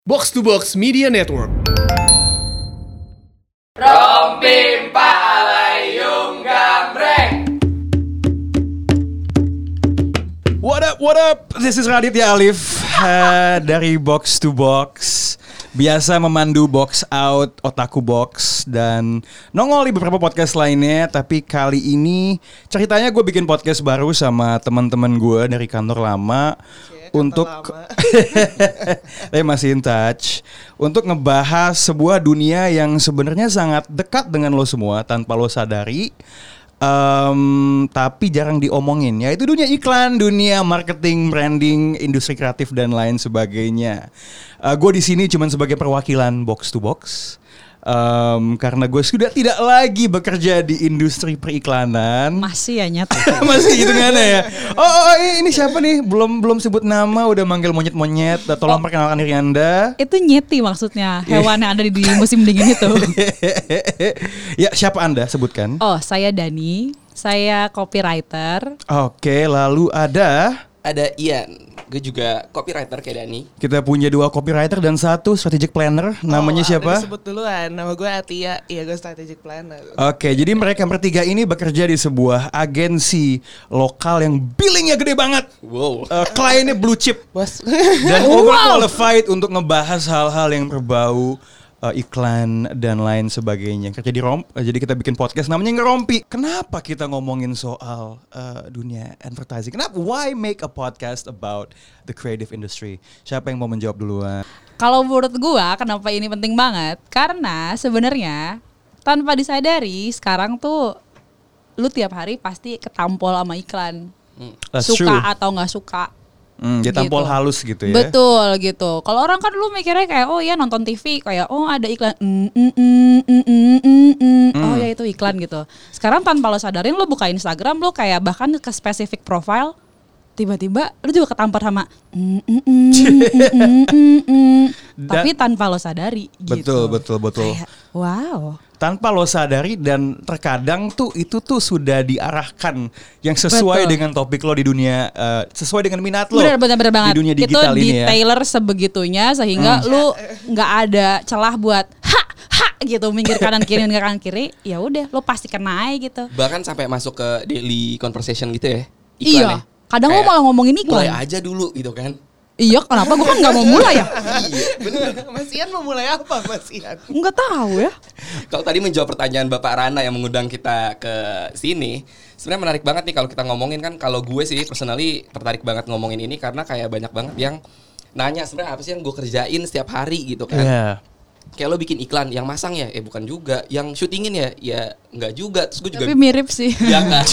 Box to Box Media Network. Rompi Palayung Gambreng. What up? This is Raditya Alif dari Box to Box. Biasa memandu Box Out, Otaku Box, dan nongol di beberapa podcast lainnya. Tapi kali ini ceritanya gue bikin podcast baru sama teman-teman gue dari kantor lama. Untuk tapi masih in touch. Untuk ngebahas sebuah dunia yang sebenarnya sangat dekat dengan lo semua tanpa lo sadari. Tapi jarang diomongin, yaitu dunia iklan, dunia marketing, branding, industri kreatif dan lain sebagainya. Gue di sini cuma sebagai perwakilan Box to Box, karena gue sudah tidak lagi bekerja di industri periklanan. Masih ya nyata. Masih gitu kan ya. Oh, ini siapa nih? Belum sebut nama, udah manggil monyet-monyet. Tolong perkenalkan diri Anda. Itu nyeti maksudnya, hewan yang ada di musim dingin itu. Ya, siapa Anda? Sebutkan. Oh, saya Dani. Saya copywriter. Oke, lalu ada Ian. Gue juga copywriter kayak Dani. kita punya 2 copywriter dan 1 strategic planner. Namanya siapa? Disebut duluan. Nama gue Atia. Iya, gue strategic planner. Oke, jadi mereka bertiga ini bekerja di sebuah agensi lokal yang billingnya gede banget. Wow. Kliennya blue chip Bos. dan overqualified untuk ngebahas hal-hal yang berbau iklan dan lain sebagainya. Kerja di jadi kita bikin podcast namanya Ngerompi. Kenapa kita ngomongin soal dunia advertising? Kenapa? Why make a podcast about the creative industry? Siapa yang mau menjawab duluan? Kalau menurut gua kenapa ini penting banget? Karena sebenarnya tanpa disadari sekarang tuh lu tiap hari pasti ketampol sama iklan. That's Suka true. atau nggak suka. Dia tampol Gitu. halus gitu ya. Betul gitu. Kalau orang kan lu mikirnya kayak oh ya nonton TV kayak oh ada iklan oh ya itu iklan gitu. Sekarang tanpa lo sadarin lo buka Instagram lo kayak bahkan ke specific profile tiba-tiba lu juga ketampar sama tapi tanpa lo sadari gitu. Betul. Kayak, wow. Tanpa lo sadari dan terkadang tuh itu tuh sudah diarahkan yang sesuai Betul. dengan topik lo di dunia, sesuai dengan minat lo Bener banget. di dunia digital itu ini ya. di-tailor sebegitunya sehingga lu nggak ada celah buat ha gitu minggir kanan kiri ya udah lo pasti kena aja gitu. Bahkan sampai masuk ke daily conversation gitu ya. Iya. Iklan ya. Kadang lo Kayak, malah ngomongin iklan. mulai aja dulu gitu kan. Iya, kenapa? Gue kan nggak mau mulai ya. Mas Ian mau mulai apa, Mas Ian? Nggak tahu ya. Kalau tadi menjawab pertanyaan Bapak Rana yang mengundang kita ke sini, sebenarnya menarik banget nih kalau kita ngomongin kan. Kalau gue sih personally tertarik banget ngomongin ini karena kayak banyak banget yang nanya sebenarnya apa sih yang gue kerjain setiap hari gitu kan. Iya. Kayak lo bikin iklan, yang masang ya? Bukan juga. Yang syutingin ya? Ya enggak juga. Terus gue juga Tapi mirip sih. ya kan.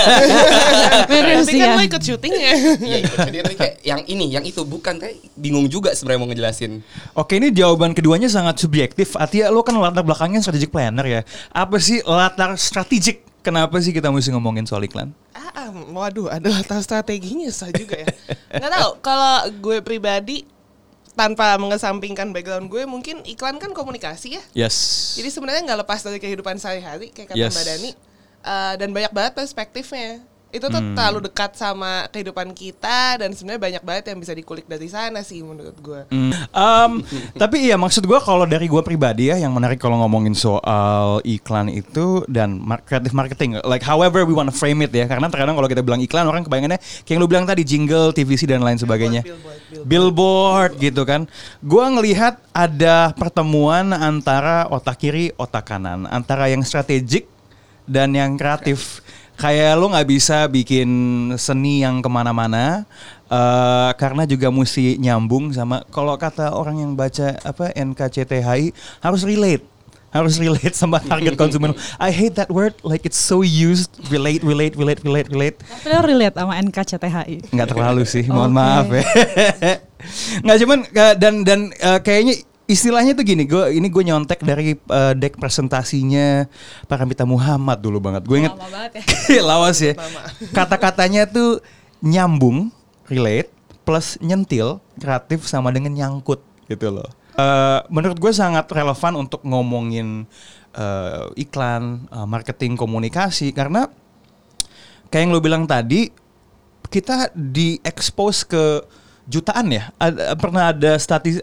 Mirip Tapi sih kan ya. lo ikut syutingnya. Iya, jadi kayak yang ini, yang itu bukan, kayak bingung juga sebenarnya mau ngejelasin. Oke, ini jawaban keduanya sangat subjektif. Atia, lo kan latar belakangnya strategic planner ya. Apa sih latar strategik? Kenapa sih kita mesti ngomongin soal iklan? Waduh, ada latar strateginya sah juga ya. Nggak tahu. Kalau gue pribadi tanpa mengesampingkan background gue, mungkin iklan kan komunikasi ya. Yes. Jadi sebenarnya nggak lepas dari kehidupan sehari-hari kayak kata Yes. Mbak Dani. Dan banyak banget perspektifnya. Itu tuh terlalu dekat sama kehidupan kita dan sebenarnya banyak banget yang bisa dikulik dari sana sih menurut gue. Tapi iya, maksud gue kalau dari gue pribadi ya, yang menarik kalau ngomongin soal iklan itu dan creative marketing, like however we wanna frame it ya. Karena terkadang kalau kita bilang iklan, orang kebayangannya kayak yang lu bilang tadi, jingle, TVC dan lain sebagainya. Billboard gitu kan. Gue ngelihat ada pertemuan antara otak kiri, otak kanan, antara yang strategik dan yang kreatif. Kayak lo nggak bisa bikin seni yang kemana-mana karena juga mesti nyambung sama, kalau kata orang yang baca apa NKCTHI, harus relate sama target konsumen. I hate that word, like it's so used, relate. Tapi lo relate sama NKCTHI. Nggak terlalu sih, mohon Oke. maaf ya. Nggak, cuman dan kayaknya istilahnya tuh gini, gue nyontek dari deck presentasinya Paramita Muhammad dulu banget. Gue inget Lama banget ya. lawas ya. Kata-katanya tuh nyambung, relate, plus nyentil, kreatif sama dengan nyangkut gitu loh. Menurut gue sangat relevan untuk ngomongin iklan, marketing, komunikasi, karena kayak yang lo bilang tadi, kita di-expose ke jutaan ya. Pernah ada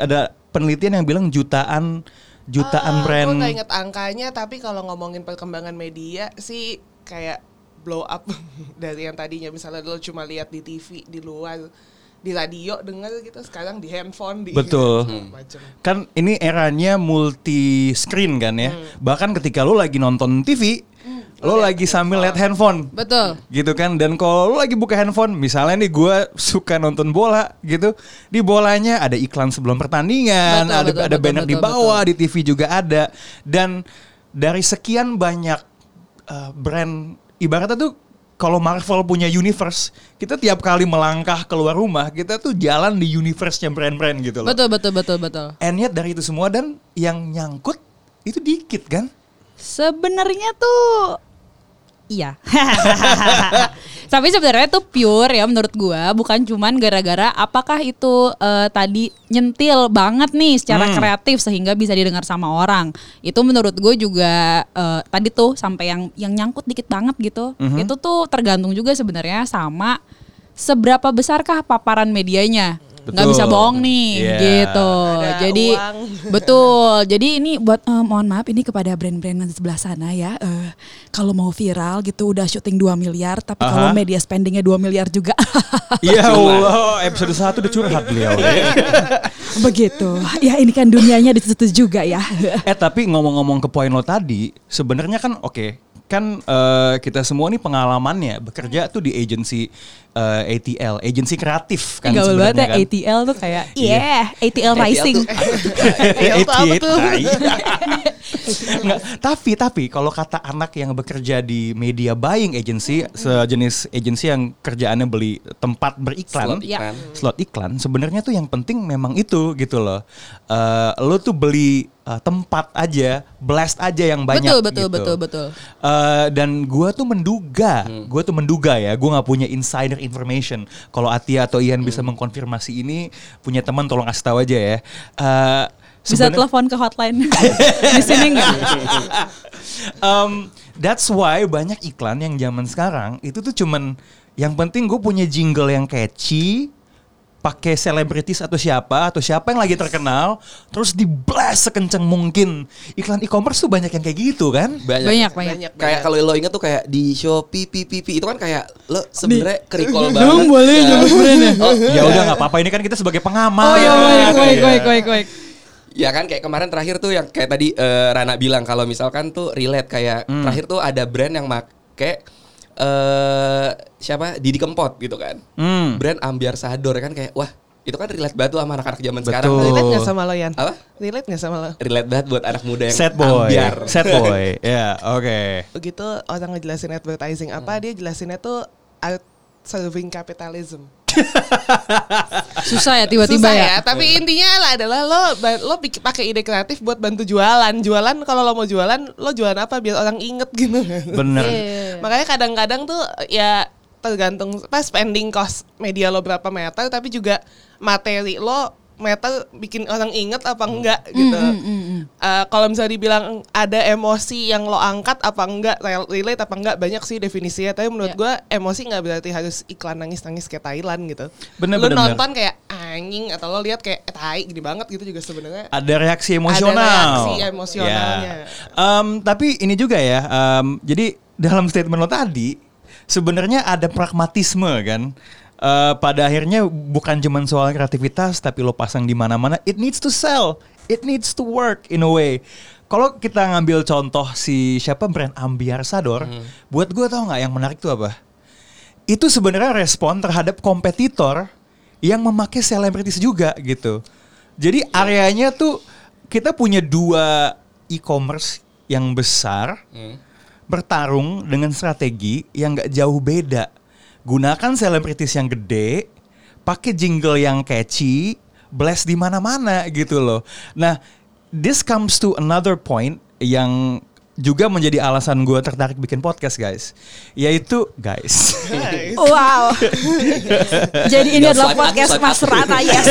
penelitian yang bilang jutaan brand. Gue gak inget angkanya, tapi kalau ngomongin perkembangan media sih kayak blow up dari yang tadinya misalnya lo cuma lihat di TV di luar, di radio dengar gitu, sekarang di handphone, di Betul. macam. Kan ini eranya multi screen kan ya. Bahkan ketika lo lagi nonton TV, lo lagi sambil lihat handphone. Betul. Gitu kan. Dan kalau lo lagi buka handphone, misalnya nih gue suka nonton bola gitu, di bolanya ada iklan sebelum pertandingan, ada banner di bawah, di TV juga ada. Dan dari sekian banyak brand, ibaratnya tuh kalau Marvel punya universe, kita tiap kali melangkah keluar rumah, kita tuh jalan di universe-nya brand-brand gitu loh. Betul. And yet dari itu semua, dan yang nyangkut itu dikit kan? Sebenarnya tuh iya. Tapi sebenarnya tuh pure ya menurut gua, bukan cuman gara-gara apakah itu tadi nyentil banget nih secara kreatif sehingga bisa didengar sama orang. Itu menurut gue juga tadi tuh sampai yang nyangkut dikit banget gitu. Itu tuh tergantung juga sebenarnya sama seberapa besarkah paparan medianya. Nggak bisa bohong nih, gitu. Ada Jadi uang. betul. Jadi ini buat mohon maaf ini kepada brand-brand di sebelah sana ya. Kalau mau viral gitu udah syuting 2 miliar, tapi kalau media spendingnya 2 miliar juga. Ya Allah, episode 1 udah curhat beliau. Begitu. Ya ini kan dunianya di situ juga ya. Tapi ngomong-ngomong ke poin lo tadi, sebenarnya kan kan kita semua nih pengalamannya bekerja tuh di agency ATL, agensi kreatif kan Gaul sebenarnya banget ya kan. ATL tuh kayak ATL Rising. Nggak, tapi kalau kata anak yang bekerja di media buying agency, sejenis agensi yang kerjaannya beli tempat beriklan, slot iklan, sebenarnya tuh yang penting memang itu gitu loh. Lo tuh beli tempat aja, blast aja yang banyak. Betul. Dan gue tuh menduga ya, gue nggak punya insider information. Kalau Atia atau Ian bisa mengkonfirmasi ini, punya teman tolong kasih tahu aja ya. Bisa telepon ke hotline di sini nggak? That's why banyak iklan yang zaman sekarang itu tuh cuman yang penting gue punya jingle yang catchy, pakai selebritis atau siapa yang lagi terkenal, terus di blast sekenceng mungkin. Iklan e-commerce tuh banyak yang kayak gitu kan? Banyak. Kayak kalau lo inget tuh kayak di Shopee, PPP itu kan kayak lo sebenarnya kerikol banget. Dong boleh nyebut brandnya. Ya udah nggak apa-apa, ini kan kita sebagai pengamat. Oh ya baik. Ya kan kayak kemarin terakhir tuh yang kayak tadi Rana bilang kalau misalkan tuh relate kayak terakhir tuh ada brand yang make siapa Didi Kempot gitu kan. Brand Ambiar Sador kan kayak wah itu kan relate banget tuh sama anak-anak zaman sekarang. Relate gak sama lo Yan? Apa? Relate gak sama lo? Relate banget buat anak muda yang Sad boy. ambiar. Ya, oke. Begitu orang ngejelasin advertising apa, dia jelasinnya tuh art serving capitalism. Susah ya tiba-tiba ya. Tapi intinya adalah lo pakai ide kreatif buat bantu jualan. Kalau lo mau jualan, lo jualan apa biar orang inget gitu. Bener. Makanya kadang-kadang tuh ya tergantung spending cost media lo berapa meter, tapi juga materi lo meter bikin orang inget apa enggak gitu. Kalau misalnya dibilang ada emosi yang lo angkat apa enggak, relate apa enggak, banyak sih definisinya. Tapi menurut gue emosi nggak berarti harus iklan nangis-nangis kayak Thailand gitu. Bener. Lo nonton kayak anjing atau lo lihat kayak tai gini banget gitu juga sebenarnya. Ada reaksi emosional. Ada reaksi emosionalnya. Tapi ini juga ya. Jadi dalam statement lo tadi sebenarnya ada pragmatisme kan. Pada akhirnya bukan cuma soal kreativitas, tapi lo pasang di mana-mana. It needs to sell, it needs to work in a way. Kalau kita ngambil contoh si siapa brand Ambiar Sador, buat gue tau nggak yang menarik tuh apa? Itu sebenarnya respon terhadap kompetitor yang memakai selebritis juga gitu. Jadi areanya tuh kita punya 2 e-commerce yang besar bertarung dengan strategi yang nggak jauh beda. Gunakan selebritis yang gede, pakai jingle yang catchy, blast di mana-mana gitu loh. Nah, this comes to another point yang juga menjadi alasan gue tertarik bikin podcast guys. Yaitu guys. Wow. Jadi ini adalah podcast Mas Rana, yes.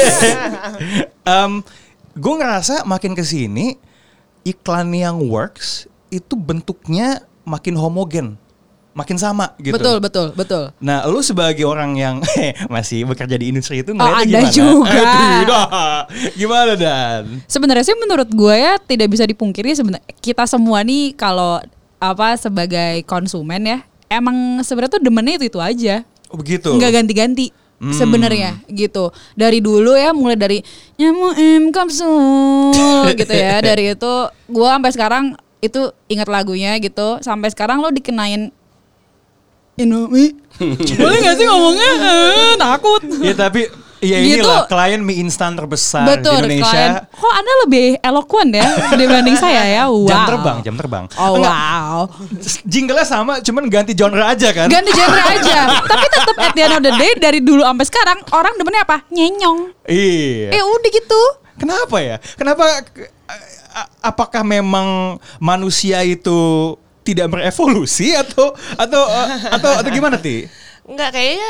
Gue ngerasa makin kesini iklan yang works itu bentuknya makin homogen. makin sama gitu. Betul. Nah, lu sebagai orang yang masih bekerja di industri itu Oh, ngeliatnya Anda gimana? juga. Tidak. Gimana Dan? Sebenarnya sih menurut gue ya tidak bisa dipungkiri sebenarnya kita semua nih kalau sebagai konsumen ya emang sebenarnya tuh demennya itu aja. Oh, begitu. Nggak ganti-ganti sebenarnya gitu. Dari dulu ya mulai dari nyamuk kapsul gitu ya. Dari itu gue sampai sekarang itu ingat lagunya gitu. Sampai sekarang lo dikenain Indomie. Boleh gak sih ngomongnya? Takut. Ya tapi ya Gitu. inilah klien mie instan terbesar Betul, di Indonesia. klien. Kok Anda lebih eloquent ya dibanding saya ya? Wow. Jam terbang. Oh Enggak, wow. jingle-nya sama, cuman ganti genre aja kan? Ganti genre aja. Tapi tetap at the end of the day dari dulu sampai sekarang orang demennya apa? Nyenyong. Iya. Udah gitu. Kenapa ya? Kenapa? Apakah memang manusia itu tidak berevolusi atau gimana Ti? Enggak, kayaknya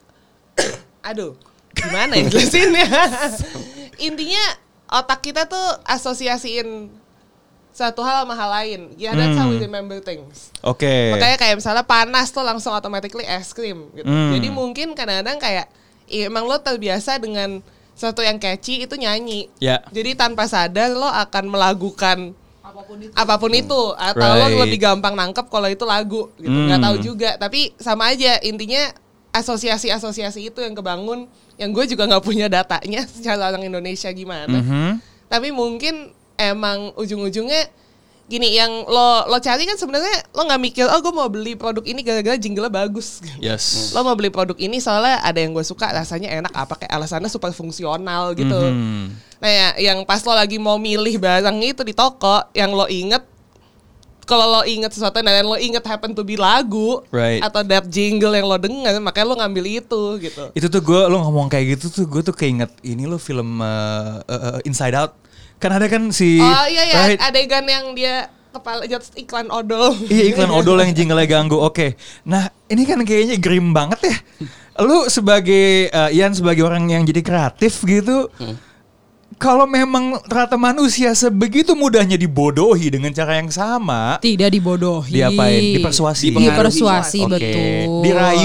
aduh, gimana ya jelasinnya? Intinya otak kita tuh asosiasiin satu hal sama hal lain. Ya, that's how we remember things. Oke. Makanya kayak misalnya panas tuh langsung automatically es krim gitu. Jadi mungkin kadang-kadang kayak emang lo terbiasa dengan sesuatu yang catchy itu nyanyi. Ya. Jadi tanpa sadar lo akan melakukan apapun itu atau lo Right. lebih gampang nangkep kalau itu lagu gitu. Nggak tahu juga, tapi sama aja intinya asosiasi itu yang kebangun, yang gue juga nggak punya datanya secara orang Indonesia gimana. Tapi mungkin emang ujung-ujungnya gini, yang lo cari kan sebenarnya lo nggak mikir gue mau beli produk ini gara-gara jingle bagus. Yes. Lo mau beli produk ini soalnya ada yang gue suka, rasanya enak, apa kayak alasannya super fungsional gitu. Nah ya, yang pas lo lagi mau milih barang itu di toko, yang lo inget, kalau lo inget sesuatu dan lo inget happen to be lagu, Right. atau that jingle yang lo denger, makanya lo ngambil itu gitu. Itu tuh lo ngomong kayak gitu tuh gue tuh keinget ini lo film Inside Out. Kan ada kan si Oh iya ya, right? adegan yang dia kepala jatuh iklan odol. Iya, iklan odol yang jingle-nya ganggu. Oke. Nah, ini kan kayaknya grim banget ya. Lu sebagai Ian sebagai orang yang jadi kreatif gitu. Kalau memang ternyata manusia sebegitu mudahnya dibodohi dengan cara yang sama, Tidak dibodohi. diapain? Dipersuasi. Dipersuasi, Oke. betul.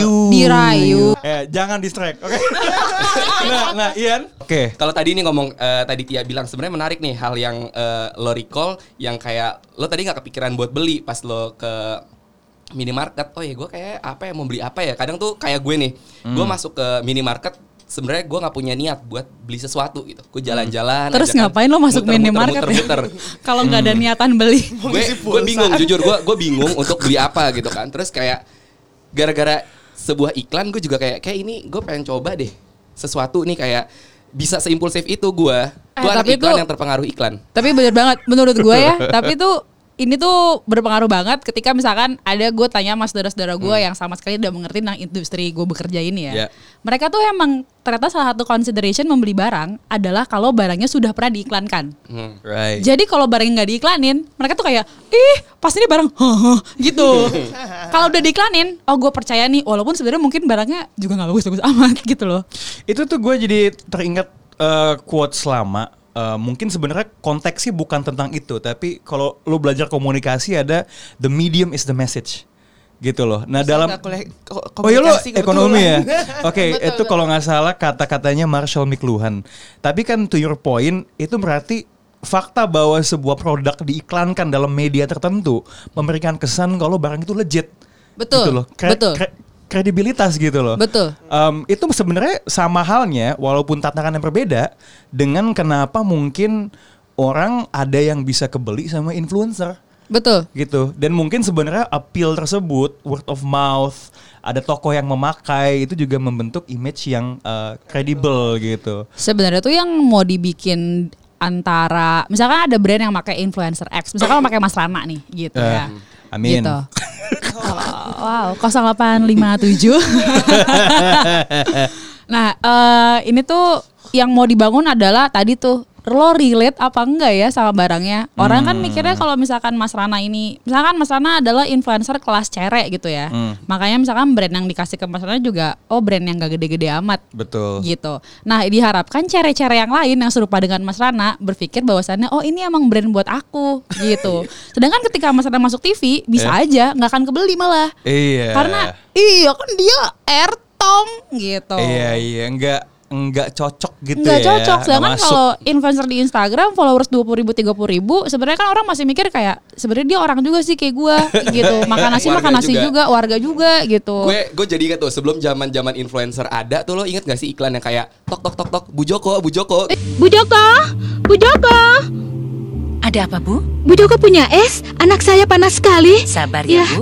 Dirayu. Jangan distract. Oke. nah, Ian. Oke. Kalau tadi ini ngomong tadi Tia bilang sebenarnya menarik nih hal yang lo recall yang kayak lo tadi nggak kepikiran buat beli pas lo ke minimarket. Oh ya gue kayak apa ya, mau beli apa ya? Kadang tuh kayak gue nih, gue masuk ke minimarket sebenarnya gue nggak punya niat buat beli sesuatu gitu. Gue jalan-jalan. Terus aja kan, ngapain lo masuk minimarket muter-muter. Kalau nggak ada niatan beli. Gue bingung, jujur gue bingung untuk beli apa gitu kan. Terus kayak gara-gara sebuah iklan gue juga kayak ini gue pengen coba deh sesuatu nih kayak bisa seimpulsif itu gue. Gue anak tapi iklan itu- yang terpengaruh iklan. Tapi bener banget menurut gue ya. Tapi tuh ini tuh berpengaruh banget ketika misalkan ada gue tanya sama saudara-saudara gue yang sama sekali tidak mengerti tentang industri gue bekerja ini ya. Yeah. Mereka tuh emang ternyata salah satu consideration membeli barang adalah kalau barangnya sudah pernah diiklankan. Right. Jadi kalau barangnya nggak diiklanin, mereka tuh kayak, pas ini barang, gitu. Kalau udah diiklanin, oh gue percaya nih, walaupun sebenarnya mungkin barangnya juga nggak bagus-bagus amat gitu loh. Itu tuh gue jadi teringat quotes lama. Mungkin sebenarnya konteksnya bukan tentang itu, tapi kalau lu belajar komunikasi ada the medium is the message, gitu loh. Nah dalam oh iya lo ekonomi ya. Oke, itu kalau nggak salah kata-katanya Marshall McLuhan. Tapi kan to your point itu berarti fakta bahwa sebuah produk diiklankan dalam media tertentu memberikan kesan kalau barang itu legit. Betul, Gitu loh. betul. Kredibilitas gitu loh. Betul. Itu sebenarnya sama halnya walaupun tatanan yang berbeda dengan kenapa mungkin orang ada yang bisa kebeli sama influencer Betul. gitu. Dan mungkin sebenarnya appeal tersebut, word of mouth, ada toko yang memakai itu juga membentuk image yang kredibel gitu. Sebenarnya tuh yang mau dibikin antara, misalkan ada brand yang pakai influencer X, misalkan pakai Mas Rana nih, gitu ya. Amin. Gitu. Wow, 0857. Nah, ini tuh yang mau dibangun adalah tadi tuh lo relate apa enggak ya sama barangnya. Orang kan mikirnya kalau misalkan Mas Rana ini, misalkan Mas Rana adalah influencer kelas cerek gitu ya. Makanya misalkan brand yang dikasih ke Mas Rana juga, oh brand yang gak gede-gede amat. Betul. Gitu. Nah diharapkan cerek-cerek yang lain yang serupa dengan Mas Rana berpikir bahwasannya, oh ini emang brand buat aku gitu. Sedangkan ketika Mas Rana masuk TV, bisa aja gak akan kebeli malah. Iya. Karena iya kan dia airtong gitu. Iya, enggak cocok gitu Nggak ya. cocok. Sedangkan masuk. kalau influencer di Instagram followers 20.000 30.000, sebenarnya kan orang masih mikir kayak sebenarnya dia orang juga sih kayak gua gitu. Makan nasi juga, warga juga gitu. Gue jadi ingat tuh sebelum zaman influencer ada tuh, lo inget gak sih iklan yang kayak tok Bu Joko. Bu Joko. Ada apa, Bu? Bu Joko punya es. Anak saya panas sekali. Sabar ya, Ya. Bu.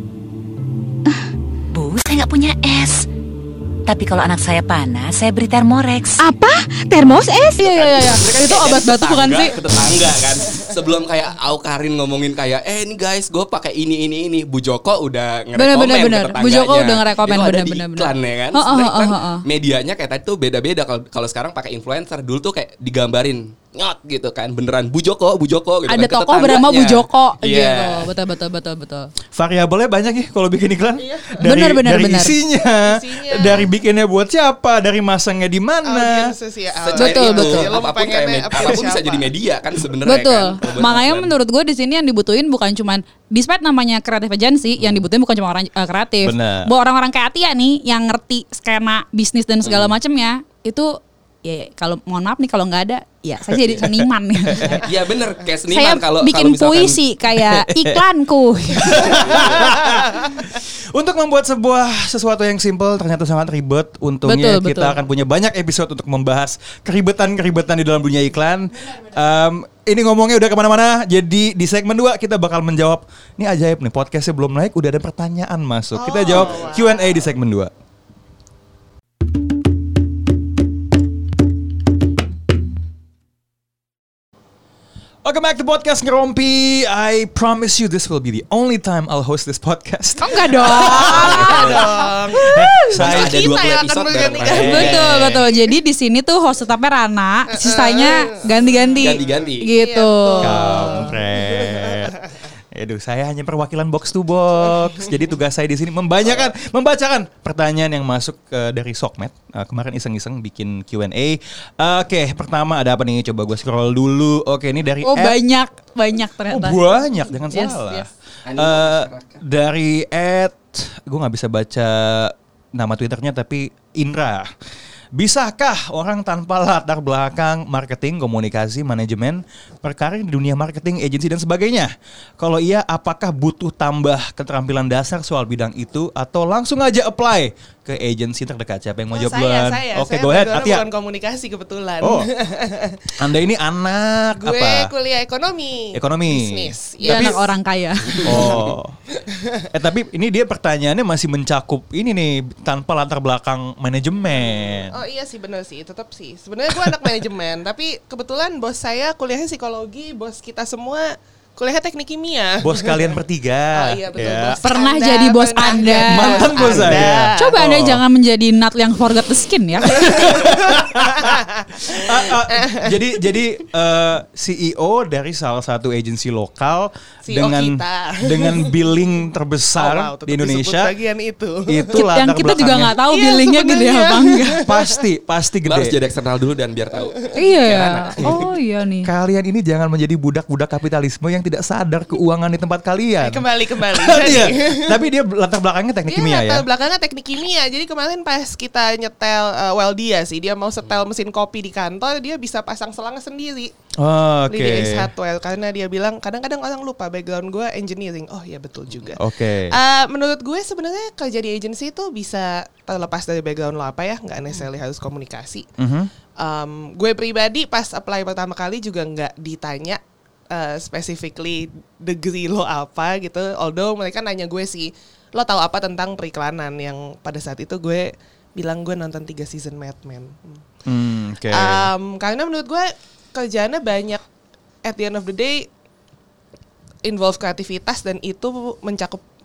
Bu, saya nggak punya es. Tapi kalau anak saya panas, saya beri Thermorex. Apa? Termos es? Iya. Itu obat batu bukan sih? Tetangga kan. Sebelum kayak Aukarin ngomongin kayak ini guys, gue pakai ini. Bu Joko udah ngerekomen ke Bener. tetangganya. Bu Joko udah ngerekomen, Itu ada di bener. iklan ya kan. Sebenarnya iklan medianya kayak tadi tuh beda-beda. Kalau sekarang pakai influencer, dulu tuh kayak digambarin nyot gitu kan, beneran Bu Joko gitu. Ada kan, ke tokoh bernama Bu tetangganya. Joko Iya. gitu. Betul. Variabelnya banyak ya kalau bikin iklan. Benar. Dari isinya, dari bikinnya buat siapa, dari masangnya di mana. Audiensnya sih ya. Secair Betul, itu. betul. Lo Apapun kayak pengennya appeal apapun bisa siapa? jadi media kan sebenarnya. Betul. Kan, kalau buat Makanya iklan. menurut gue di sini yang dibutuhin bukan cuman despite namanya creative agency, yang dibutuhin bukan cuma orang kreatif. Bener. Buat orang-orang kayak Atia nih yang ngerti skena bisnis dan segala macamnya, itu ya kalau mohon maaf nih kalau nggak ada, ya saya jadi seniman. Iya bener, kayak Saya seniman kalau bikin misalkan puisi kayak iklanku. Untuk membuat sesuatu yang simple ternyata sangat ribet. Untungnya Betul. kita akan punya banyak episode untuk membahas keribetan di dalam dunia iklan. Ini ngomongnya udah kemana-mana. Jadi di segmen 2 kita bakal menjawab. Ini ajaib nih, podcastnya belum naik udah ada pertanyaan masuk. Kita jawab Q&A di segmen 2. Welcome back to podcast Ngerompi. I promise you this will be the only time I'll host this podcast. Oh enggak dong. Saya ada 20 Kita yang akan episode bergantikan. bareng-bareng. Betul. Jadi di sini tuh host tetapnya Rana, sisanya ganti-ganti. Ganti-ganti. Gitu. Kampret. Aduh, saya hanya perwakilan box to box. Jadi tugas saya di sini membacakan pertanyaan yang masuk dari Sokmed. Kemarin iseng-iseng bikin Q&A. Oke, pertama ada apa nih? Coba gue scroll dulu. Oke, ini dari Oh banyak ternyata. banyak, jangan Yes, salah. yes. Dari gue nggak bisa baca nama Twitternya tapi Indra. Bisakah orang tanpa latar belakang marketing, komunikasi, manajemen berkarir di dunia marketing, agensi dan sebagainya? Kalau iya, apakah butuh tambah keterampilan dasar soal bidang itu atau langsung aja apply ke agensi terdekat? Siapa yang mau jawab duluan? Oke, go ahead. Saya Atia. bukan komunikasi kebetulan. Oh, Anda ini anak Gue apa? kuliah ekonomi. Bisnis. Dia anak orang kaya. Oh. Tapi ini dia pertanyaannya masih mencakup ini nih tanpa latar belakang manajemen. Oh iya sih bener sih, tetap sih. Sebenarnya gue anak manajemen, tapi kebetulan bos saya kuliahnya psikologi, bos kita semua kuliahnya teknik kimia. Bos kalian bertiga. Oh iya betul. Ya. Bos Pernah Anda, jadi bos pernah Anda. jadi Mantan bos Anda. saya. Coba Anda Oh. jangan menjadi nut yang forgot the skin ya. Jadi CEO dari salah satu agensi lokal CEO dengan kita. dengan billing terbesar Oh, wow, tetap di Indonesia. disebut bagian itu. Itu yang latar kita juga belakangnya. nggak tahu Iya, billingnya gede sebenarnya. apa enggak. Pasti Lo harus gede. jadi eksternal dulu dan biar tahu. Iya ya. Oh iya nih. Kalian ini jangan menjadi budak-budak kapitalisme yang tidak sadar keuangan di tempat kalian. Kembali. Iya. Tapi dia latar belakangnya teknik kimia ya. Latar belakangnya teknik kimia. Jadi kemarin pas kita nyetel dia sih, dia mau setel mesin kopi di kantor, dia bisa pasang selangnya sendiri. Oke. Di DX Hardware karena dia bilang kadang-kadang orang lupa background gue engineering. Oh iya betul juga. Oke. Menurut gue sebenarnya kerja di agency itu bisa terlepas dari background lo apa ya, nggak necessarily harus komunikasi. Gue pribadi pas apply pertama kali juga nggak ditanya specifically degree lo apa gitu. Although mereka nanya gue sih, lo tahu apa tentang periklanan, yang pada saat itu gue bilang gue nonton 3 season Mad Men. Oke. Karena menurut gue kerjaannya banyak, at the end of the day involve kreativitas, dan itu mencakup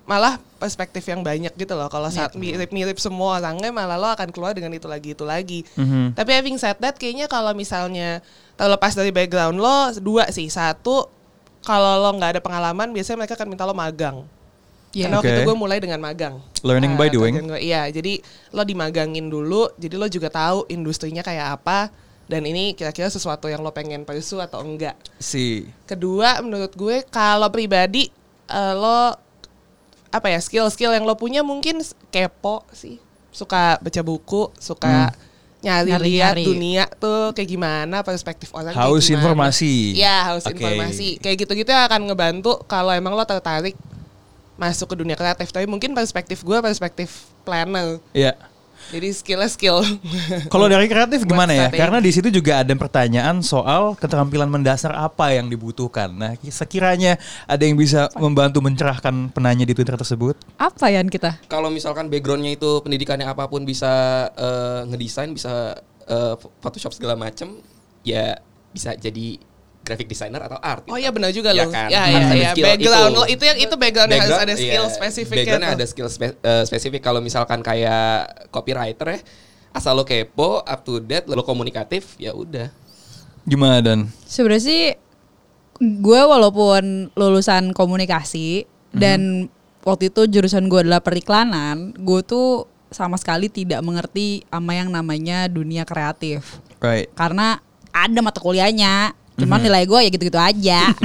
malah perspektif yang banyak gitu loh. Kalau saat mirip-mirip semua orangnya, malah lo akan keluar dengan itu lagi. Tapi having said that, kayaknya kalau misalnya terlepas dari background lo, 2 sih. 1, kalau lo nggak ada pengalaman, biasanya mereka akan minta lo magang. Karena waktu itu gue mulai dengan magang. Learning by doing. Iya, jadi lo dimagangin dulu, jadi lo juga tahu industrinya kayak apa, dan ini kira-kira sesuatu yang lo pengen pursue atau enggak. Kedua, menurut gue kalau pribadi lo apa ya, skill-skill yang lo punya mungkin kepo sih, suka baca buku, suka nyari lihat dunia tuh kayak gimana, perspektif orang haus kayak gimana. informasi. Ya, haus informasi. Kayak gitu-gitu akan ngebantu kalau emang lo tertarik masuk ke dunia kreatif. Tapi mungkin perspektif gue perspektif planner. Iya. Jadi skill. Kalau dari kreatif gimana ya? strategi. Karena di situ juga ada pertanyaan soal keterampilan mendasar apa yang dibutuhkan. Nah, sekiranya ada yang bisa membantu mencerahkan penanya di Twitter tersebut. Apa ya kita? Kalau misalkan backgroundnya itu pendidikannya apapun, bisa ngedesain, bisa Photoshop segala macem, ya bisa jadi graphic designer atau art. Oh iya benar juga Ya loh. kan? Ya. Background lo itu background yang harus ada skill iya, spesifik. backgroundnya ada skill spesifik. Kalau misalkan kayak copywriter ya, asal lo kepo, up to date, lo komunikatif, ya udah. Gimana Dan? Sebenarnya sih gue walaupun lulusan komunikasi dan waktu itu jurusan gue adalah periklanan, gue tuh sama sekali tidak mengerti sama yang namanya dunia kreatif. Right. Karena ada mata kuliahnya, cuman nilai gue ya gitu-gitu aja.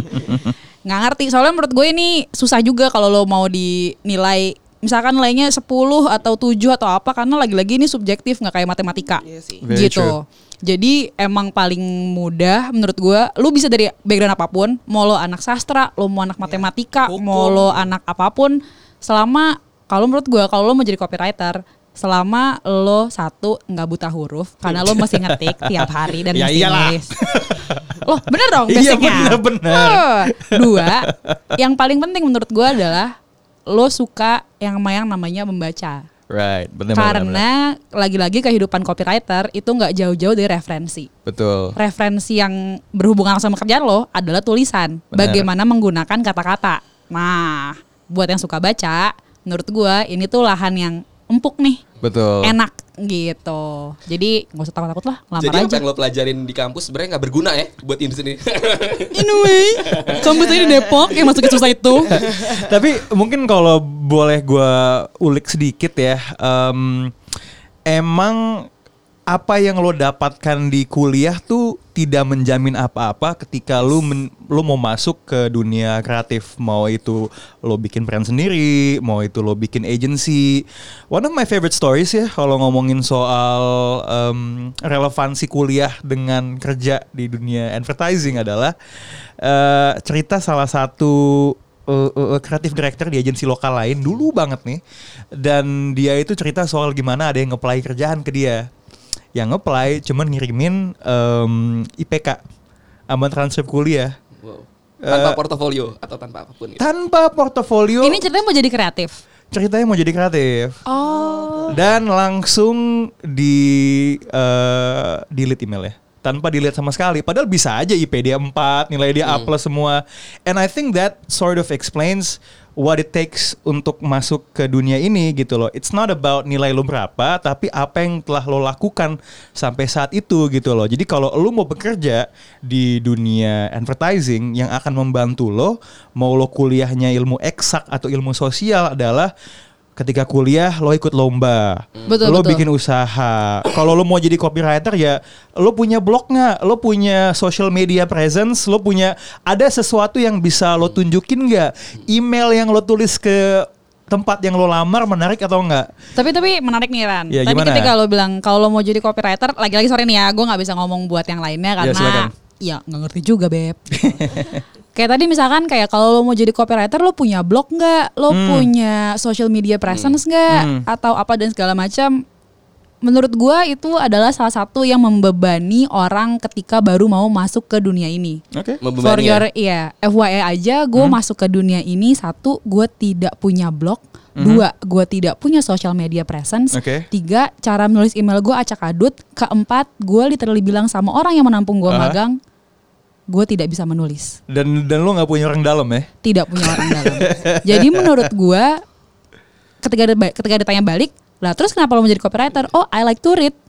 Nggak ngerti, soalnya menurut gue ini susah juga kalau lo mau dinilai misalkan nilainya 10 atau 7 atau apa, karena lagi-lagi ini subjektif, nggak kayak matematika. Iya sih. Very Gitu. true. Jadi emang paling mudah menurut gue, lu bisa dari background apapun, mau lo anak sastra, lo mau anak matematika, hukum. mau lo anak apapun, selama kalau menurut gue kalau lo mau jadi copywriter, selama lo 1 nggak buta huruf karena lo masih ngetik tiap hari dan Ya mesti iyalah. nulis. Loh bener dong Iya, basicnya. bener. 2, yang paling penting menurut gue adalah lo suka yang namanya membaca. Right. Benar. Karena lagi-lagi kehidupan copywriter itu nggak jauh-jauh dari referensi. Betul. Referensi yang berhubungan sama kerjaan lo adalah tulisan. Benar. Bagaimana menggunakan kata-kata. Nah, buat yang suka baca, menurut gua ini tuh lahan yang empuk nih. Betul. Enak gitu. Jadi nggak usah takut-takut lah, lamar Jadi apa aja. yang lo pelajarin di kampus sebenarnya nggak berguna ya buat industri ini. Anyway, kampus ini di Depok yang masuk ke susah itu. Tapi mungkin kalau boleh gue ulik sedikit ya, emang apa yang lo dapatkan di kuliah tuh tidak menjamin apa-apa ketika lo mau masuk ke dunia kreatif. Mau itu lo bikin brand sendiri, mau itu lo bikin agency. One of my favorite stories ya kalau ngomongin soal relevansi kuliah dengan kerja di dunia advertising adalah cerita salah satu kreatif director di agensi lokal lain dulu banget nih. Dan dia itu cerita soal gimana ada yang nge-apply kerjaan ke dia. Yang nge-apply cuman ngirimin IPK sama transkrip kuliah. Wow. Tanpa portofolio atau tanpa apapun gitu. Tanpa portofolio. Ini ceritanya mau jadi kreatif. Ceritanya mau jadi kreatif. Oh. Dan langsung delete email ya. Tanpa dilihat sama sekali. Padahal bisa aja IP dia 4, nilai dia A+ semua. And I think that sort of explains what it takes untuk masuk ke dunia ini gitu loh. It's not about nilai lo berapa, tapi apa yang telah lo lakukan sampai saat itu gitu loh. Jadi kalau lo mau bekerja di dunia advertising, yang akan membantu lo, mau lo kuliahnya ilmu eksak atau ilmu sosial adalah ketika kuliah lo ikut lomba, Betul, lo betul. bikin usaha. Kalau lo mau jadi copywriter ya lo punya blog nggak, lo punya social media presence, lo punya ada sesuatu yang bisa lo tunjukin nggak, email yang lo tulis ke tempat yang lo lamar menarik atau enggak? Tapi menarik nih Ran. Ya, Tadi gimana? ketika lo bilang kalau lo mau jadi copywriter, lagi-lagi sorry nih ya, gue nggak bisa ngomong buat yang lainnya Ya, silakan. karena ya nggak ngerti juga Beb. Kayak tadi misalkan kayak kalau lo mau jadi copywriter, lo punya blog nggak, lo punya social media presence nggak, atau apa dan segala macam. Menurut gua itu adalah salah satu yang membebani orang ketika baru mau masuk ke dunia ini. Oke. For your FYI aja, gue masuk ke dunia ini 1, gue tidak punya blog. 2, gue tidak punya social media presence. Oke. 3, cara menulis email gue acak adut. 4, gue literally bilang sama orang yang menampung gue magang, gue tidak bisa menulis. Dan lo nggak punya orang dalam ya? Tidak punya orang dalam. Jadi menurut gue ketika ditanya balik, lah terus kenapa lo menjadi copywriter? Oh, I like to read.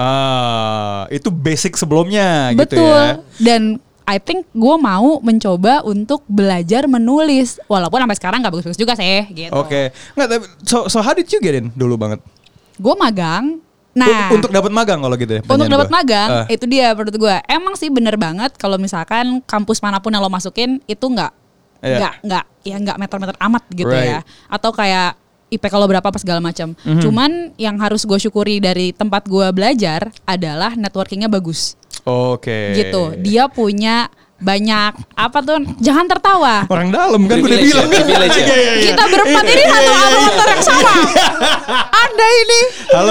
Itu basic sebelumnya gitu Betul. ya. Dan I think gue mau mencoba untuk belajar menulis, walaupun sampai sekarang nggak bagus-bagus juga sih. Gitu. Oke. Nggak, tapi so how did you get in dulu banget? Gue magang. Nah, Untuk dapat magang kalau gitu ya. untuk pertanyaan dapat gua. magang itu dia menurut gue. Emang sih bener banget kalau misalkan kampus manapun yang lo masukin itu Iya. nggak meter-meter amat gitu Right. ya. Atau kayak IPK lo berapa apa segala macam. Cuman yang harus gue syukuri dari tempat gue belajar adalah networkingnya bagus. Oke. Gitu. Dia punya banyak apa tuh? Jangan tertawa. Orang dalam kan gue udah Privilege ya, bilang. privilege ya. Kita berempat ini satu alma yang sama. Anda ini. Halo.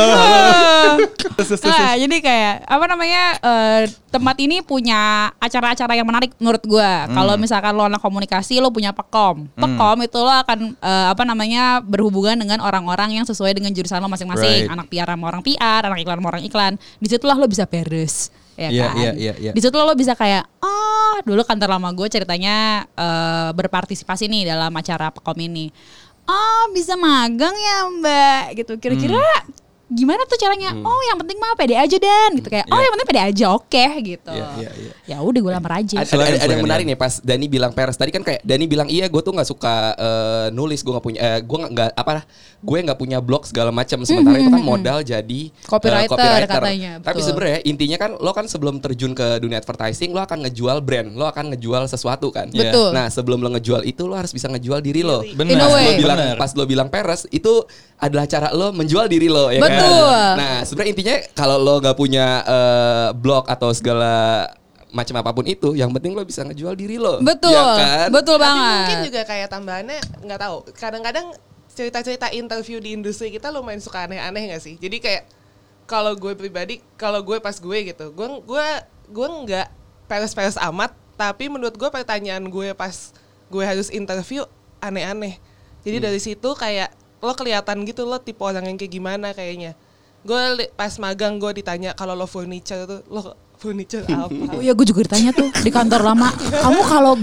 Nah, jadi kayak apa namanya tempat ini punya acara-acara yang menarik menurut gue. Kalau misalkan lo anak komunikasi, lo punya pekom. Pekom itu lo akan apa namanya berhubungan dengan orang-orang yang sesuai dengan jurusan lo masing-masing. Right. Anak PR sama orang PR, anak iklan sama orang iklan. Disitulah lo bisa peres. Ya Iya, kan? iya. Di situ lo bisa kayak, dulu kantor lama gue ceritanya berpartisipasi nih dalam acara pekom ini. Bisa magang ya mbak, gitu. Kira-kira gimana tuh caranya? Oh yang penting mah pede aja dan, gitu kayak. Yang penting pede aja, oke, gitu. Iya. Ya udah gue lamar aja. Ada yang silakan. menarik nih pas Dani bilang peres tadi kan kayak Dani bilang iya gue tuh nggak suka nulis, gue nggak punya gue nggak punya blog segala macam, sementara itu kan modal jadi Copywriter katanya, Tapi betul. sebenarnya intinya kan lo kan sebelum terjun ke dunia advertising lo akan ngejual brand, lo akan ngejual sesuatu kan. Betul. Nah sebelum lo ngejual itu lo harus bisa ngejual diri lo. Benar. In a way. Pas lo bilang peres itu adalah cara lo menjual diri lo ya Betul. kan. Nah sebenarnya intinya kalau lo nggak punya blog atau segala macam apapun itu, yang penting lo bisa ngejual diri lo. Betul, ya kan? betul Tapi banget. mungkin juga kayak tambahannya nggak tahu. Kadang-kadang cerita-cerita interview di industri kita lumayan suka aneh-aneh nggak sih? Jadi kayak kalau gue pribadi, kalau gue pas gue gitu, gue nggak peres-peres amat. Tapi menurut gue pertanyaan gue pas gue harus interview aneh-aneh. Jadi dari situ kayak lo kelihatan gitu lo tipe orang yang kayak gimana kayaknya. Gue pas magang gue ditanya kalau lo furniture tuh lo furniture apa? Oh ya gue juga ditanya tuh di kantor lama. Kamu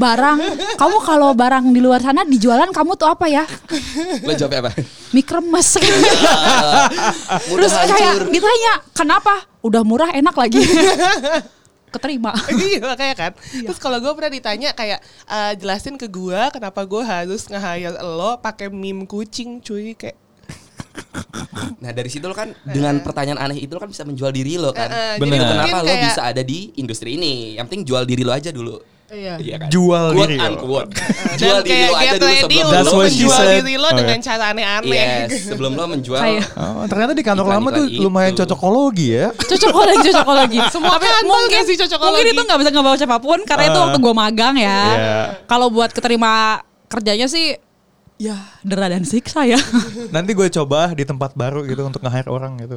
kalau barang di luar sana dijualan kamu tuh apa ya? Lo jawabnya apa? Mie kremes. Mudah Terus kayak hancur. ditanya kenapa? Udah murah enak lagi. Keterima. Iya makanya kan. Terus kalau gue pernah ditanya kayak jelasin ke gue kenapa gue harus nge-hire lo pakai meme kucing cuy kayak. Nah dari situ lo kan dengan pertanyaan aneh itu lo kan bisa menjual diri lo kan. Jadi Bener. Kenapa mungkin lo kayak- bisa ada di industri ini? Yang penting jual diri lo aja dulu. Iya. Iya kan? Jual Quote diri lo. unquote. Dan Jual diri kayak lo aja get dulu ready sebelum That's untuk what she menjual said. diri lo Oh, dengan iya. cara aneh-aneh. Yes, sebelum lo menjual Kayak Oh, ternyata di kantor lama Iklan-iklan tuh lumayan itu. cocokologi ya. Cocokologi. Semua Tapi kantor mungkin nggak sih cocokologi? Mungkin itu nggak bisa ngebawa siapapun karena itu waktu gue magang ya. Iya. Kalau buat keterima kerjanya sih ya dera dan siksa ya. Nanti gue coba di tempat baru gitu untuk nge-hire orang gitu.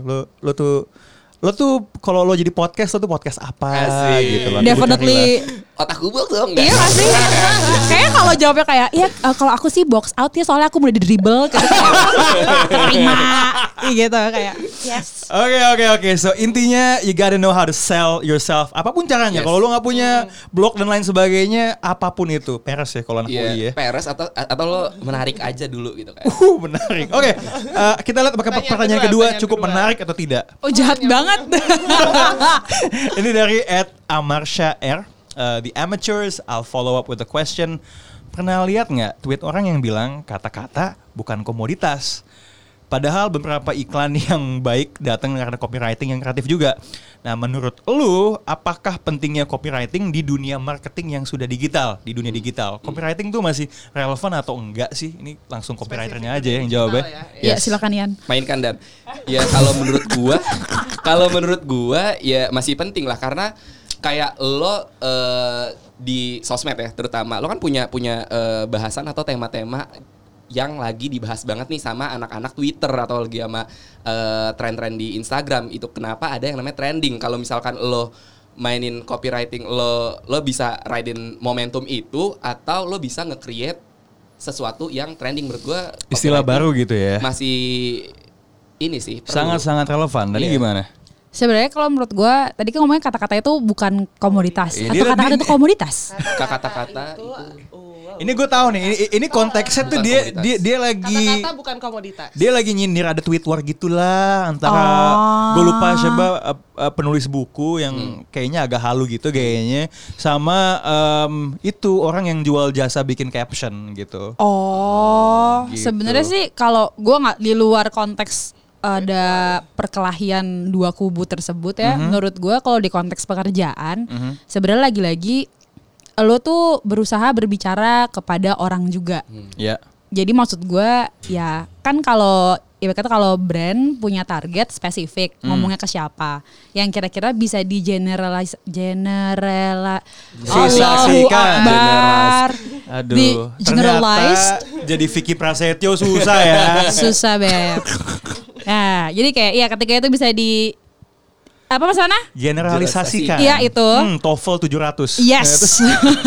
Lo tuh kalau lo jadi podcast lo tuh podcast apa Asik. gitu loh. Nanti gue Definitely. otak gue dong enggak? Iya gak sih? Kayaknya kalau jawabnya kayak iya kalau aku sih box out ya soalnya aku mulai di dribble gitu. Terima gitu kayak yes. Oke. So intinya you gotta know how to sell yourself. Apapun caranya. Yes. Kalau lo nggak punya blog dan lain sebagainya, apapun itu peres ya kalau anak UI Iya, ya. peres atau lo menarik aja dulu gitu kan. Menarik. Oke, kita lihat apakah pertanyaan kedua cukup menarik atau tidak. Oh jahat banget. Ini dari @Amarsha R. The amateurs, I'll follow up with a question. Pernah lihat nggak tweet orang yang bilang kata-kata bukan komoditas? Padahal beberapa iklan yang baik datang karena copywriting yang kreatif juga. Nah, menurut lu, apakah pentingnya copywriting di dunia marketing yang sudah digital, di dunia digital? Copywriting tuh masih relevan atau enggak sih? Ini langsung copywriternya aja yang jawab ya. Ya silakan Ian. Mainkan dan ya kalau menurut gua ya masih penting lah karena kayak lo di sosmed ya terutama lo kan punya bahasan atau tema-tema yang lagi dibahas banget nih sama anak-anak Twitter atau lagi sama tren-tren di Instagram. Itu kenapa ada yang namanya trending. Kalau misalkan lo mainin copywriting lo bisa ridein momentum itu atau lo bisa nge-create sesuatu yang trending. Menurut gua Istilah copywriting baru gitu ya. masih ini sih perlu. Sangat-sangat relevan. Tadi Iya. gimana? Sebenarnya kalau menurut gue, tadi kan ngomongnya kata-kata itu bukan komoditas. Iya, Atau kata-kata itu komoditas? Kata-kata itu. Ini gue tahu nih, ini konteksnya tuh dia lagi Kata-kata bukan komoditas. dia lagi nyindir, ada tweet war gitulah antara gue lupa siapa penulis buku yang kayaknya agak halu gitu kayaknya, sama itu orang yang jual jasa bikin caption gitu. Gitu. Sebenarnya sih kalau gue nggak di luar konteks ada perkelahian dua kubu tersebut ya, menurut gue kalau di konteks pekerjaan sebenarnya lagi-lagi lo tuh berusaha berbicara kepada orang juga. Ya. Jadi maksud gue ya kan kalau ibaratnya kalau brand punya target spesifik, ngomongnya ke siapa yang kira-kira bisa di Akbar. Aduh, di generalize jadi Vicky Prasetyo susah ya. susah Beb. Nah jadi kayak ya ketika itu bisa di apa maksudnya? Generalisasikan. Iya itu. TOEFL 700. Yes.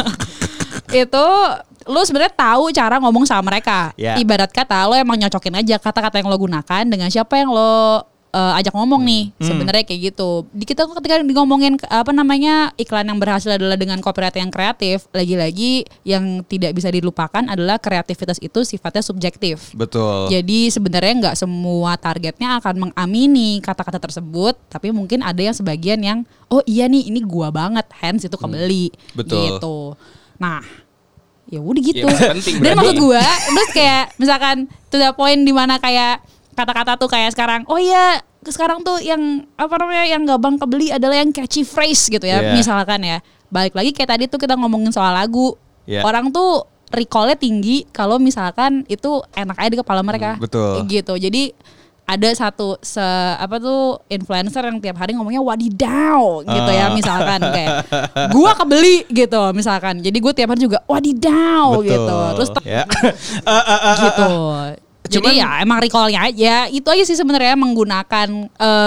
Itu lu sebenarnya tahu cara ngomong sama mereka. Yeah. Ibarat kata lo emang nyocokin aja kata-kata yang lo gunakan dengan siapa yang lo ajak ngomong nih. Sebenarnya kayak gitu. Di kita ketika ngomongin apa namanya iklan yang berhasil adalah dengan copyright yang kreatif, lagi-lagi yang tidak bisa dilupakan adalah kreativitas itu sifatnya subjektif. Betul. Jadi sebenarnya nggak semua targetnya akan mengamini kata-kata tersebut, tapi mungkin ada yang sebagian yang oh iya nih ini gua banget, hence itu kebeli. Betul. Gitu. Nah, ya udah gitu. Ya, penting, Dan berarti. maksud gua, terus kayak misalkan to the point di mana kayak kata-kata tuh kayak sekarang, oh iya sekarang tuh yang apa namanya yang gampang kebeli adalah yang catchy phrase gitu ya, Yeah. misalkan ya. Balik lagi kayak tadi tuh kita ngomongin soal lagu, Yeah. orang tuh recall-nya tinggi kalau misalkan itu enak aja di kepala mereka. Betul. Gitu. Jadi ada satu influencer yang tiap hari ngomongnya wadidaw gitu ya misalkan kayak gua kebeli gitu misalkan. Jadi gue tiap hari juga wadidaw Betul. gitu. Terus Ya. gitu. Jadi Cuman- ya emang recall-nya aja itu aja sih sebenarnya menggunakan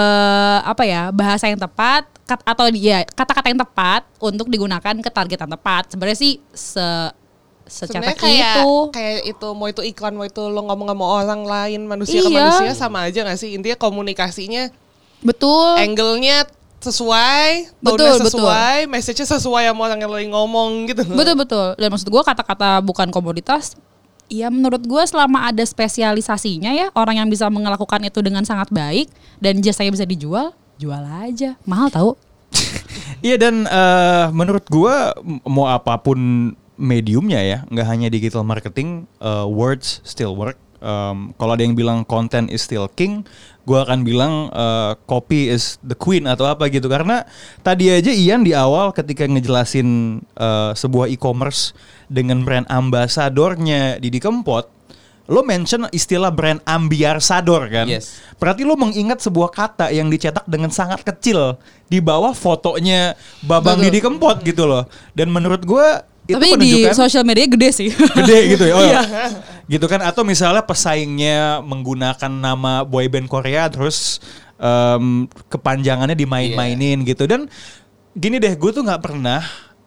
bahasa yang tepat atau ya kata-kata yang tepat untuk digunakan ke target yang tepat. Sebenarnya sih Sebenarnya secetek itu. kayak itu mau itu iklan mau itu lo ngomong sama orang lain manusia ke Iya. manusia sama aja nggak sih, intinya komunikasinya Betul. angle-nya sesuai, Betul, tone-nya sesuai, message-nya sesuai sama orang yang lagi ngomong gitu. Betul. Dan maksud gue kata-kata bukan komoditas. Ya menurut gue selama ada spesialisasinya ya orang yang bisa melakukan itu dengan sangat baik dan jasanya bisa dijual, jual aja. Mahal tau. Iya dan menurut gua mau apapun mediumnya ya, nggak hanya digital marketing, words still work. Kalau ada yang bilang content is still king, gua akan bilang copy is the queen atau apa gitu. Karena tadi aja Ian di awal ketika ngejelasin sebuah e-commerce dengan brand ambasadornya Didi Kempot, lo mention istilah brand ambiarsador kan? Yes. Berarti lo mengingat sebuah kata yang dicetak dengan sangat kecil di bawah fotonya Babang Betul. Didi Kempot gitu loh. Dan menurut gue itu Tapi di menunjukkan sosial media gede sih. gede gitu ya. Oh, gitu kan, atau misalnya pesaingnya menggunakan nama boyband Korea terus kepanjangannya dimain-mainin gitu. Dan gini deh, gue tuh nggak pernah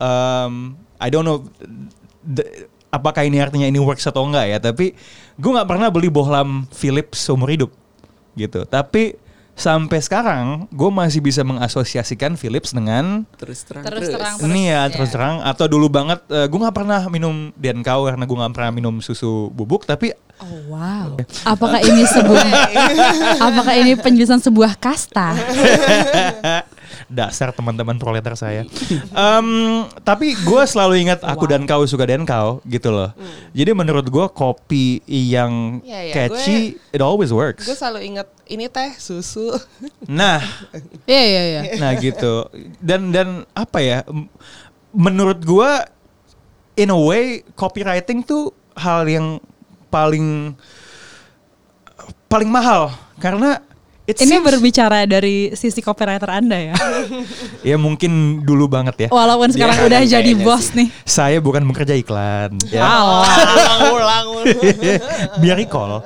I don't know apakah ini artinya ini works atau enggak ya, tapi gue nggak pernah beli bohlam Philips seumur hidup gitu. Tapi sampai sekarang gue masih bisa mengasosiasikan Philips dengan Terus terang. ini ya terus terang. Atau dulu banget gue nggak pernah minum Denkau karena gue nggak pernah minum susu bubuk, tapi Oh wow. Apakah ini penjelasan sebuah kasta? dasar teman-teman proletar saya. Tapi gue selalu ingat aku dan kau suka Denkau gitu loh. Jadi menurut gue kopi yang Iya, catchy it always works. Gue selalu ingat ini teh susu. Nah, Iya. nah gitu. Dan apa ya? Menurut gue in a way copywriting tuh hal yang paling mahal karena Ini berbicara dari sisi copywriter Anda ya. ya mungkin dulu banget ya. Walaupun sekarang Ya, udah jadi kayaknya bos nih. Saya bukan bekerja iklan. Ya. Ulang. Biar recall.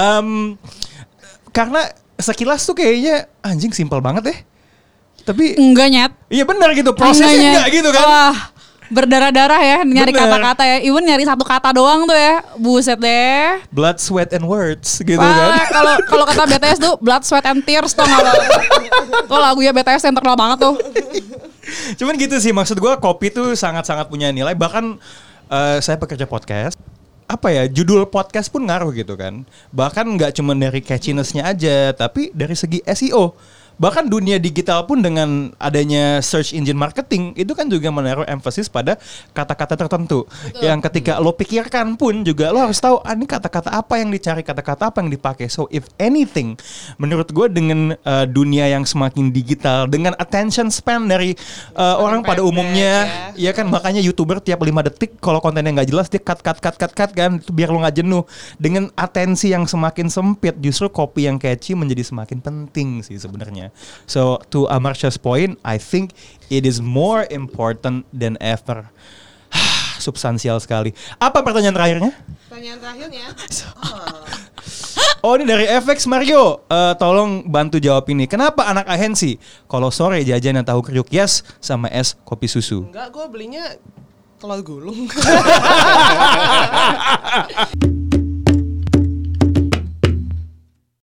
Karena sekilas tuh kayaknya anjing simpel banget ya. Tapi Enggak nyet. iya benar gitu, prosesnya enggak gitu kan. Wah, berdarah-darah ya nyari Bener. kata-kata ya. Even nyari satu kata doang tuh ya. Buset deh. Blood, sweat, and words gitu Wah, kan. kalau kata BTS tuh Blood, Sweat, and Tears tuh nggak lo? Tuh lagunya BTS yang terkenal banget tuh. Cuman gitu sih, maksud gue kopi tuh sangat-sangat punya nilai. Bahkan saya pekerja podcast, apa ya, judul podcast pun ngaruh gitu kan. Bahkan nggak cuma dari catchiness-nya aja, tapi dari segi SEO. Bahkan dunia digital pun dengan adanya search engine marketing itu kan juga menaruh emphasis pada kata-kata tertentu. Yang ketika lo pikirkan pun juga lo harus tahu ini kata-kata apa yang dicari, kata-kata apa yang dipakai. So if anything, menurut gue dengan dunia yang semakin digital, dengan attention span dari orang pada umumnya, ya kan, makanya YouTuber tiap 5 detik kalau kontennya nggak jelas dia cut kan, itu biar lo nggak jenuh. Dengan atensi yang semakin sempit, justru kopi yang catchy menjadi semakin penting sih sebenarnya. So to Amarsya's point, I think it is more important than ever. Substansial sekali. Apa pertanyaan terakhirnya? Pertanyaan terakhirnya. Oh, ini dari FX Mario. Tolong bantu jawab ini. Kenapa anak ahensi kalau sore jajan tahu kriuk yes sama es kopi susu? Enggak, gue belinya telur gulung.